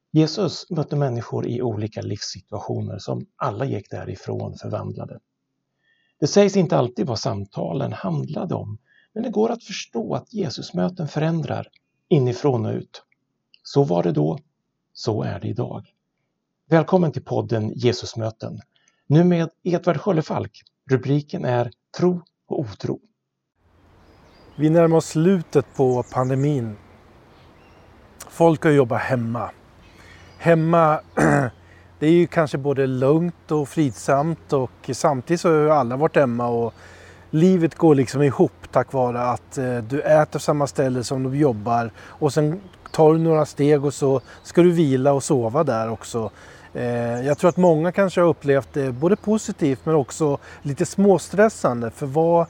Jesus mötte människor i olika livssituationer som alla gick därifrån förvandlade. Det sägs inte alltid vad samtalen handlade om, men det går att förstå att Jesusmöten förändrar inifrån och ut. Så var det då, så är det idag. Välkommen till podden Jesusmöten. Nu med Edvard Sköllefalk. Rubriken är Tro och otro. Vi närmar oss slutet på pandemin. Folk har jobbat hemma. Hemma, det är ju kanske både lugnt och fridsamt och samtidigt så har ju alla varit hemma och livet går liksom ihop tack vare att du äter samma ställe som du jobbar och sen tar du några steg och så ska du vila och sova där också. Jag tror att många kanske har upplevt det både positivt men också lite småstressande, för vad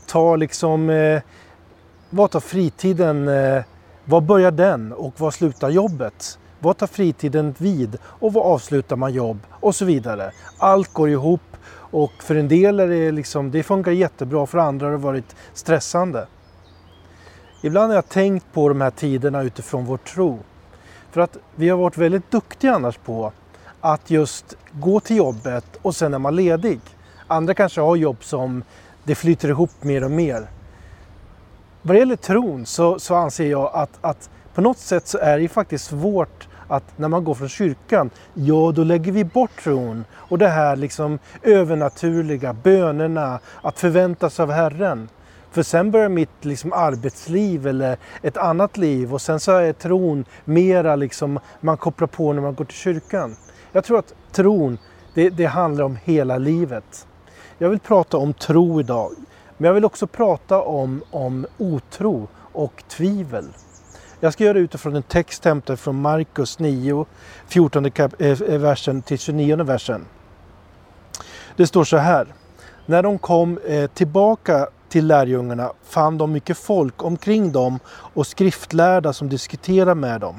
tar fritiden, vad börjar den och vad slutar jobbet? Vad tar fritiden vid och vad avslutar man jobb och så vidare. Allt går ihop och för en del är det funkar jättebra, för andra har det varit stressande. Ibland har jag tänkt på de här tiderna utifrån vår tro. För att vi har varit väldigt duktiga annars på att just gå till jobbet och sen är man ledig. Andra kanske har jobb som det flyter ihop mer och mer. Vad det gäller tron så anser jag att på något sätt så är det faktiskt svårt att när man går från kyrkan, då lägger vi bort tron och det här övernaturliga, bönerna, att förväntas av Herren. För sen börjar mitt arbetsliv eller ett annat liv och sen så är tron mera man kopplar på när man går till kyrkan. Jag tror att tron, det handlar om hela livet. Jag vill prata om tro idag, men jag vill också prata om otro och tvivel. Jag ska göra det utifrån en text hämtad från Markus 9, 14 versen till 29 versen. Det står så här. När de kom tillbaka till lärjungarna fann de mycket folk omkring dem och skriftlärda som diskuterade med dem.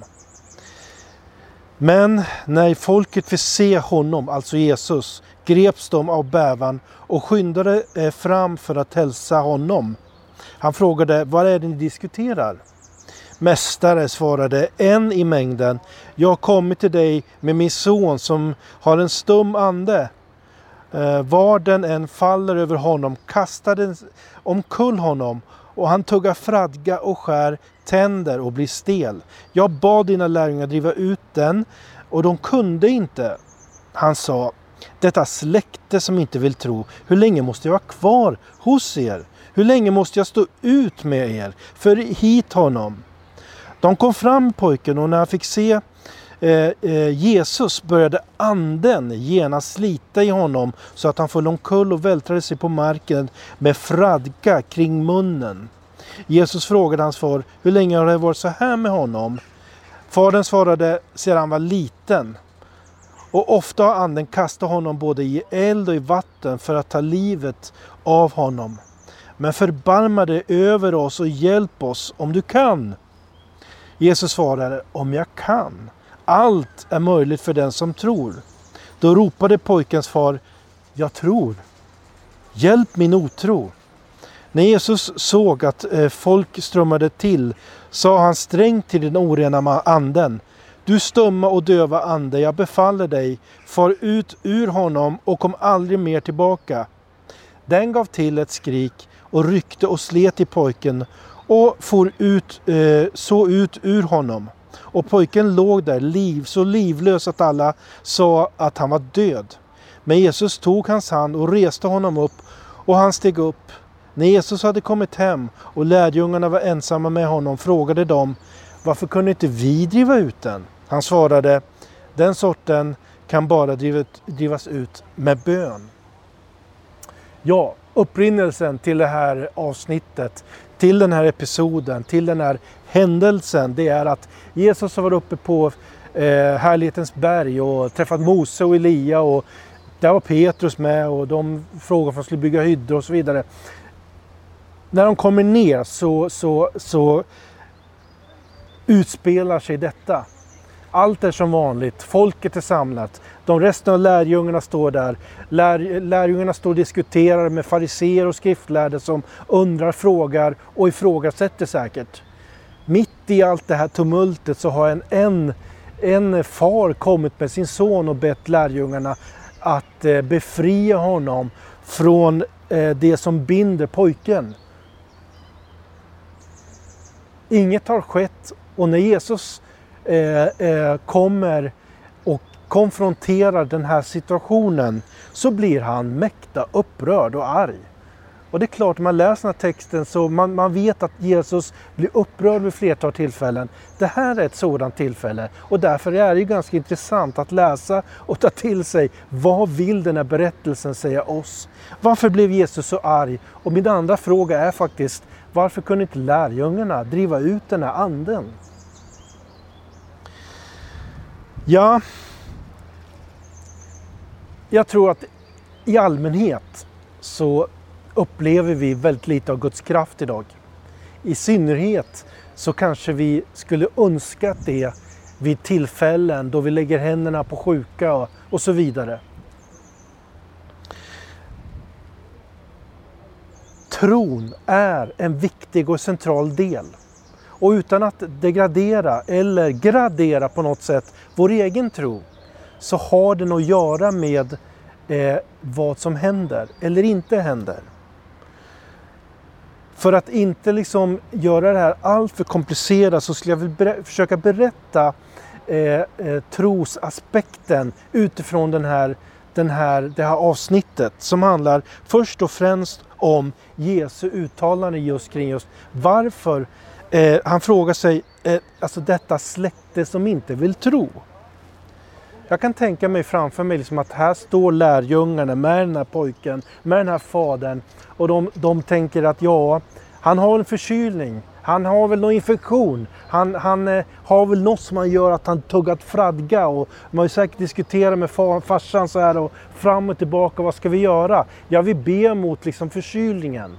Men när folket fick se honom, alltså Jesus, greps de av bävan och skyndade fram för att hälsa honom. Han frågade, vad är det ni diskuterar? Mästare, svarade en i mängden, jag har kommit till dig med min son som har en stum ande. Var den än faller över honom kastar den omkull honom och han tuggar fradga och skär tänder och blir stel. Jag bad dina lärjungar driva ut den och de kunde inte. Han sa, detta släkte som inte vill tro, hur länge måste jag vara kvar hos er? Hur länge måste jag stå ut med er? För hit honom. De kom fram pojken och när han fick se Jesus började anden genast slita i honom så att han föll omkull och vältrade sig på marken med fradga kring munnen. Jesus frågade hans far, hur länge har det varit så här med honom? Fadern svarade, sedan han var liten. Och ofta har anden kastat honom både i eld och i vatten för att ta livet av honom. Men förbarma dig över oss och hjälp oss om du kan. Jesus svarade, om jag kan. Allt är möjligt för den som tror. Då ropade pojkens far, jag tror. Hjälp min otro. När Jesus såg att folk strömmade till sa han strängt till den orena anden. Du stumma och döva ande, jag befaller dig, far ut ur honom och kom aldrig mer tillbaka. Den gav till ett skrik och ryckte och slet i pojken och for ut ur honom. Och pojken låg där så livlös att alla sa att han var död. Men Jesus tog hans hand och reste honom upp och han steg upp. När Jesus hade kommit hem och lärjungarna var ensamma med honom frågade de, varför kunde inte vi driva ut den? Han svarade, den sorten kan bara drivas ut med bön. Ja, upprinnelsen till det här avsnittet, till den här episoden, till den här händelsen, det är att Jesus har varit uppe på härlighetens berg och träffat Mose och Elia och där var Petrus med och de frågade om de skulle bygga hyddor och så vidare. När de kommer ner så utspelar sig detta. Allt är som vanligt, folket är samlat. De resten av lärjungarna står där. Lärjungarna står och diskuterar med fariseer och skriftlärde som undrar, frågar och ifrågasätter säkert. Mitt i allt det här tumultet så har en en far kommit med sin son och bett lärjungarna att befria honom från det som binder pojken. Inget har skett, och när Jesus kommer och konfronterar den här situationen så blir han mäkta upprörd och arg. Och det är klart, när man läser den här texten så man vet att Jesus blir upprörd vid flertal tillfällen. Det här är ett sådant tillfälle, och därför är det ju ganska intressant att läsa och ta till sig, vad vill den här berättelsen säga oss? Varför blev Jesus så arg? Och min andra fråga är faktiskt, varför kunde inte lärjungarna driva ut den här anden? Ja, jag tror att i allmänhet så upplever vi väldigt lite av Guds kraft idag. I synnerhet så kanske vi skulle önska det vid tillfällen då vi lägger händerna på sjuka och så vidare. Tron är en viktig och central del. Och utan att degradera eller gradera på något sätt vår egen tro, så har den att göra med vad som händer eller inte händer. För att inte liksom göra det här allt för komplicerat, så skulle jag vill försöka berätta trosaspekten utifrån det här avsnittet, som handlar först och främst om Jesu uttalande just kring just varför han frågar sig, alltså detta släkte som inte vill tro. Jag kan tänka mig framför mig liksom att här står lärjungarna med den här pojken, med den här fadern, och de tänker att ja, han har en förkylning, han har väl någon infektion, han har väl något som han gör att han tuggat fradga, och man har ju säkert diskuterat med farsan så här och fram och tillbaka, vad ska vi göra? Ja, vi ber mot liksom förkylningen.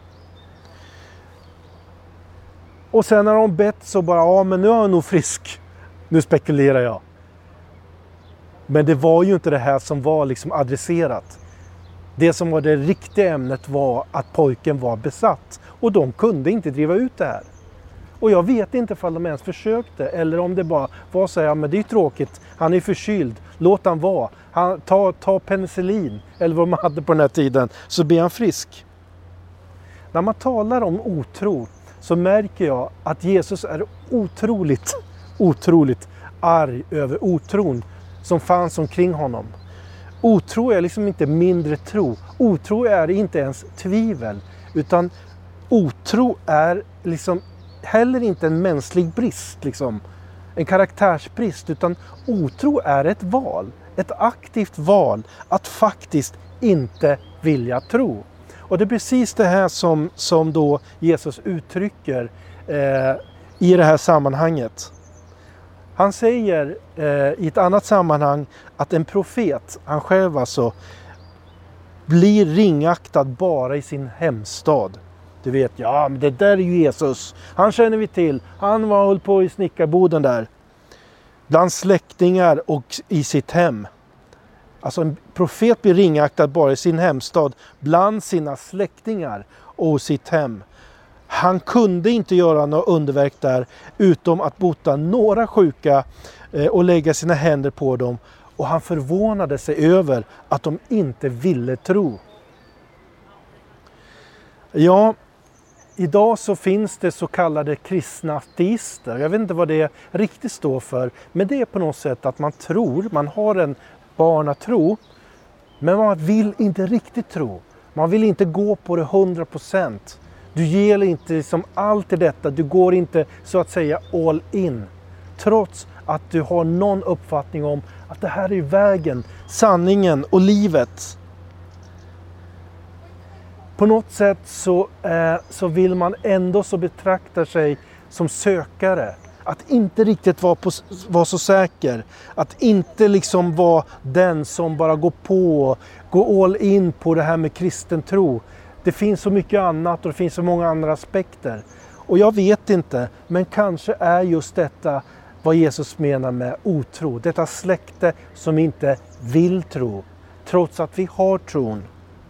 Och sen när de bett så bara, ja men nu är jag nog frisk. Nu spekulerar jag. Men det var ju inte det här som var liksom adresserat. Det som var det riktiga ämnet var att pojken var besatt. Och de kunde inte driva ut det här. Och jag vet inte ifall de ens försökte. Eller om det bara var så här, ja, men det är ju tråkigt. Han är förkyld. Låt han vara. Ta penicillin. Eller vad man hade på den här tiden. Så blir han frisk. När man talar om otro, så märker jag att Jesus är otroligt arg över otron som fanns omkring honom. Otro är liksom inte mindre tro. Otro är inte ens tvivel. Utan otro är liksom heller inte en mänsklig brist, liksom en karaktärsbrist. Utan otro är ett val. Ett aktivt val att faktiskt inte vilja tro. Och det är precis det här som då Jesus uttrycker i det här sammanhanget. Han säger i ett annat sammanhang att en profet, han själv alltså, blir ringaktad bara i sin hemstad. Du vet, ja men det där är ju Jesus. Han känner vi till. Han var hållit på i snickarboden där. Bland släktingar och i sitt hem. Alltså en profet blir ringaktad bara i sin hemstad, bland sina släktingar och sitt hem. Han kunde inte göra något underverk där utom att bota några sjuka och lägga sina händer på dem. Och han förvånade sig över att de inte ville tro. Ja, idag så finns det så kallade kristna ateister. Jag vet inte vad det riktigt står för. Men det är på något sätt att man tror, man har en barnatro. Men man vill inte riktigt tro. Man vill inte gå på det 100%. Du ger inte liksom allt i detta. Du går inte så att säga all in. Trots att du har någon uppfattning om att det här är vägen, sanningen och livet. På något sätt så vill man ändå så betrakta sig som sökare. Att inte riktigt vara så säker. Att inte liksom vara den som bara går all in på det här med kristen tro. Det finns så mycket annat och det finns så många andra aspekter. Och jag vet inte, men kanske är just detta vad Jesus menar med otro. Detta släkte som inte vill tro, trots att vi har tron.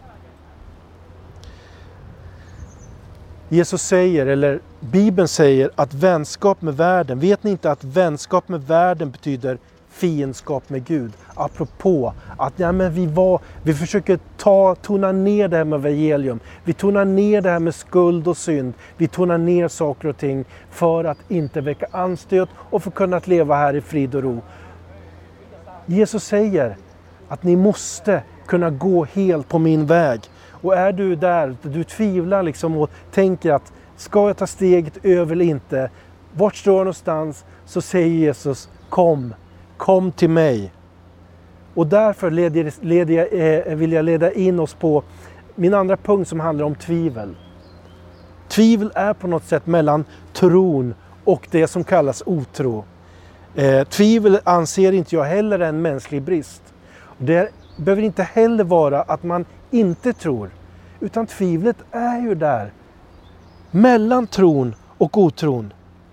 Jesus säger, eller Bibeln säger, att vänskap med världen, vet ni inte att vänskap med världen betyder fiendskap med Gud. Apropå att vi försöker tona ner det här med evangelium. Vi tonar ner det här med skuld och synd. Vi tonar ner saker och ting för att inte väcka anstöt och för att kunna leva här i frid och ro. Jesus säger att ni måste kunna gå helt på min väg. Och är du där, du tvivlar liksom och tänker att ska jag ta steget över eller inte? Vart står jag någonstans? Så säger Jesus, kom till mig. Och därför vill jag leda in oss på min andra punkt som handlar om tvivel. Tvivel är på något sätt mellan tron och det som kallas otro. Tvivel anser inte jag heller en mänsklig brist. Det behöver inte heller vara att man inte tror. Utan tvivlet är ju där. Mellan tron och otron.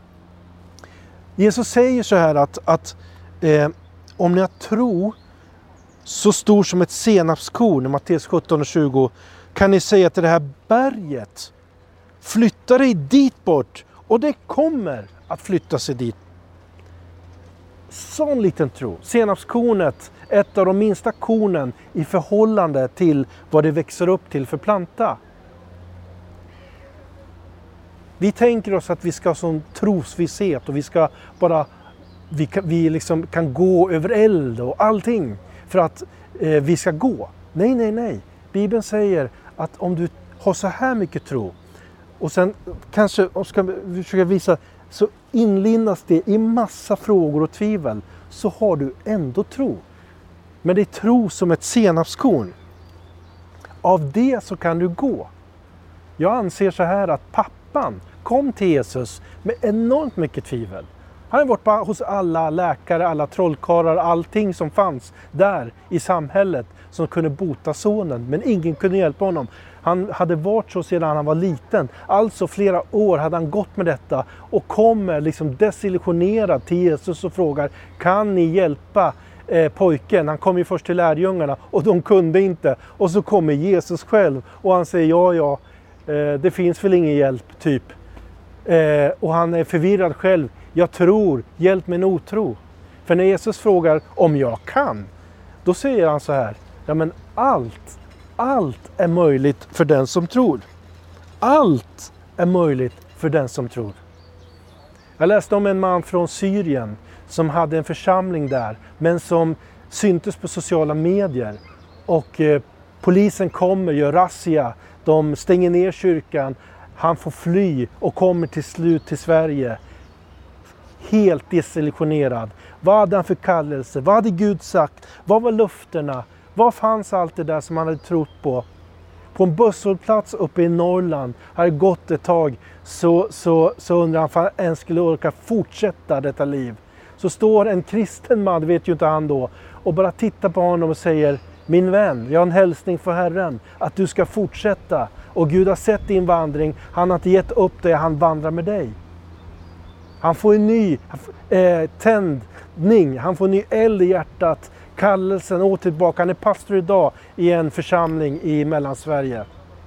Jesus säger så här att om ni har tro så stor som ett senapskorn i Matteus 17:20 kan ni säga till det här berget, flytta dig dit bort och det kommer att flytta sig dit. Sån liten tro. Senapskornet, ett av de minsta kornen i förhållande till vad det växer upp till för planta. Vi tänker oss att vi ska ha sån trosvisshet och vi liksom kan gå över eld och allting för att vi ska gå. Nej. Bibeln säger att om du har så här mycket tro och sen kanske, och ska vi försöka visa, så inlindas det i massa frågor och tvivel, så har du ändå tro. Men det är tro som ett senapskorn. Av det så kan du gå. Jag anser så här att pappan kom till Jesus med enormt mycket tvivel. Han har varit hos alla läkare, alla trollkarlar, allting som fanns där i samhället som kunde bota sonen. Men ingen kunde hjälpa honom. Han hade varit så sedan han var liten. Alltså flera år hade han gått med detta och kommer liksom desillusionerad till Jesus och frågar, kan ni hjälpa pojken? Han kom ju först till lärjungarna och de kunde inte. Och så kommer Jesus själv och han säger det finns väl ingen hjälp typ. Och han är förvirrad själv. Jag tror, hjälp min otro. För när Jesus frågar om jag kan, då säger han så här, men allt är möjligt för den som tror. Allt är möjligt för den som tror. Jag läste om en man från Syrien som hade en församling där, men som syntes på sociala medier. Och polisen kommer, gör razzia, de stänger ner kyrkan, han får fly och kommer till slut till Sverige. Helt desillusionerad. Vad hade han för kallelse? Vad hade Gud sagt? Vad var löftena? Vad fanns allt det där som han hade trott på? På en busshållplats uppe i Norrland hade gått ett tag så undrar han om han ens skulle orka fortsätta detta liv. Så står en kristen man, det vet ju inte han då, och bara tittar på honom och säger, min vän, jag har en hälsning för Herren att du ska fortsätta. Och Gud har sett din vandring, han har inte gett upp dig, han vandrar med dig. Han får en ny tändning, han får en ny eld i hjärtat, kallelsen åter tillbaka. Han är pastor idag i en församling i Mellansverige.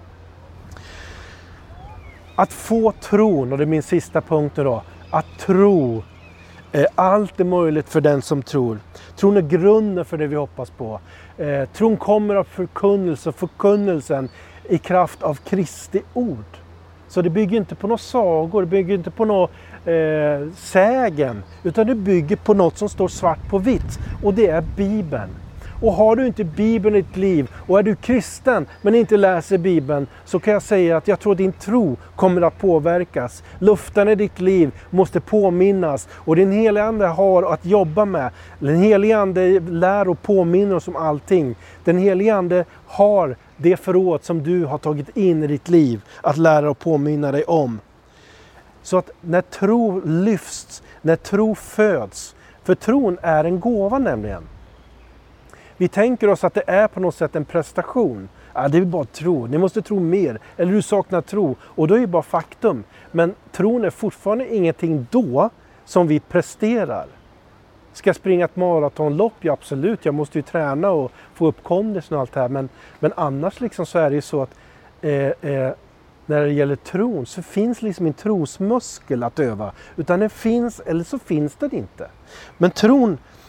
Att få tron, och det är min sista punkt nu då, att tro, allt är möjligt för den som tror. Tron är grunden för det vi hoppas på. Tron kommer av förkunnelsen i kraft av Kristi ord. Så det bygger inte på några sagor, det bygger inte på några sägen, utan det bygger på något som står svart på vitt, och det är Bibeln. Och har du inte Bibeln i ditt liv och är du kristen men inte läser Bibeln, så kan jag säga att jag tror att din tro kommer att påverkas. Luften i ditt liv måste påminnas, och den helige Ande har att jobba med. Den helige Ande lär och påminner oss om allting. Den helige Ande har det förråd som du har tagit in i ditt liv att lära och påminna dig om. Så att när tro lyfts, när tro föds, för tron är en gåva nämligen. Vi tänker oss att det är på något sätt en prestation. Det är bara tro, ni måste tro mer, eller du saknar tro, och då är det bara faktum. Men tron är fortfarande ingenting då som vi presterar. Ska jag springa ett maratonlopp? Ja, absolut, jag måste ju träna och få upp kondisen och allt det här. Men annars liksom så är det ju så att när det gäller tron så finns liksom en trosmuskel att öva. Utan den finns, eller så finns den inte. Men tron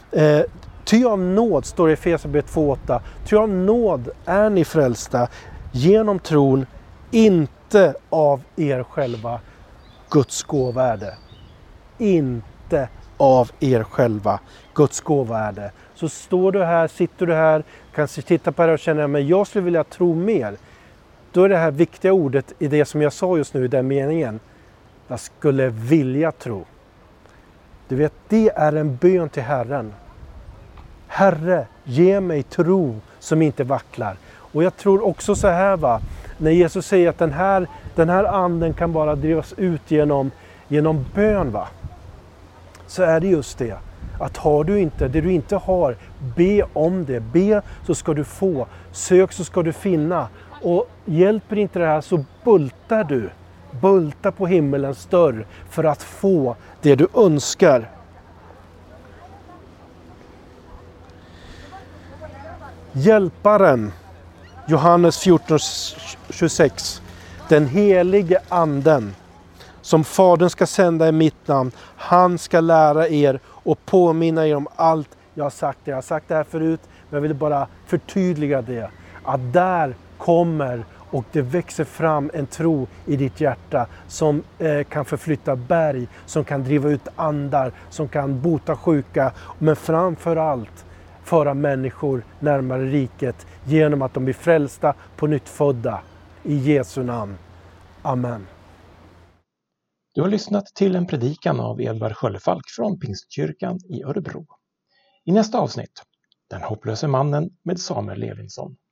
Ty av nåd, står det i Efesierbrevet 2:8. Ty av nåd är ni frälsta genom tron, inte av er själva. Guds gåva är det. Inte av er själva. Guds gåva är det. Så står du här, sitter du här, kanske tittar på det och känner att jag skulle vilja tro mer. Då är det här viktiga ordet i det som jag sa just nu i den meningen. Jag skulle vilja tro. Du vet, det är en bön till Herren. Herre, ge mig tro som inte vacklar. Och jag tror också så här, va. När Jesus säger att den här anden kan bara drivas ut genom bön, va. Så är det just det. Att har du inte, det du inte har, be om det. Be så ska du få. Sök så ska du finna. Och hjälper inte det här så bultar du. Bulta på himmelens dörr för att få det du önskar. Hjälparen, Johannes 14:26. Den helige anden som Fadern ska sända i mitt namn. Han ska lära er och påminna er om allt jag har sagt. Jag har sagt det här förut, men jag vill bara förtydliga det. Att där kommer och det växer fram en tro i ditt hjärta som kan förflytta berg, som kan driva ut andar, som kan bota sjuka, men framför allt föra människor närmare riket genom att de blir frälsta på nytt födda. I Jesu namn. Amen. Du har lyssnat till en predikan av Edvard Sköldefalk från Pingstkyrkan i Örebro. I nästa avsnitt, Den hopplöse mannen med Samuel Levinson.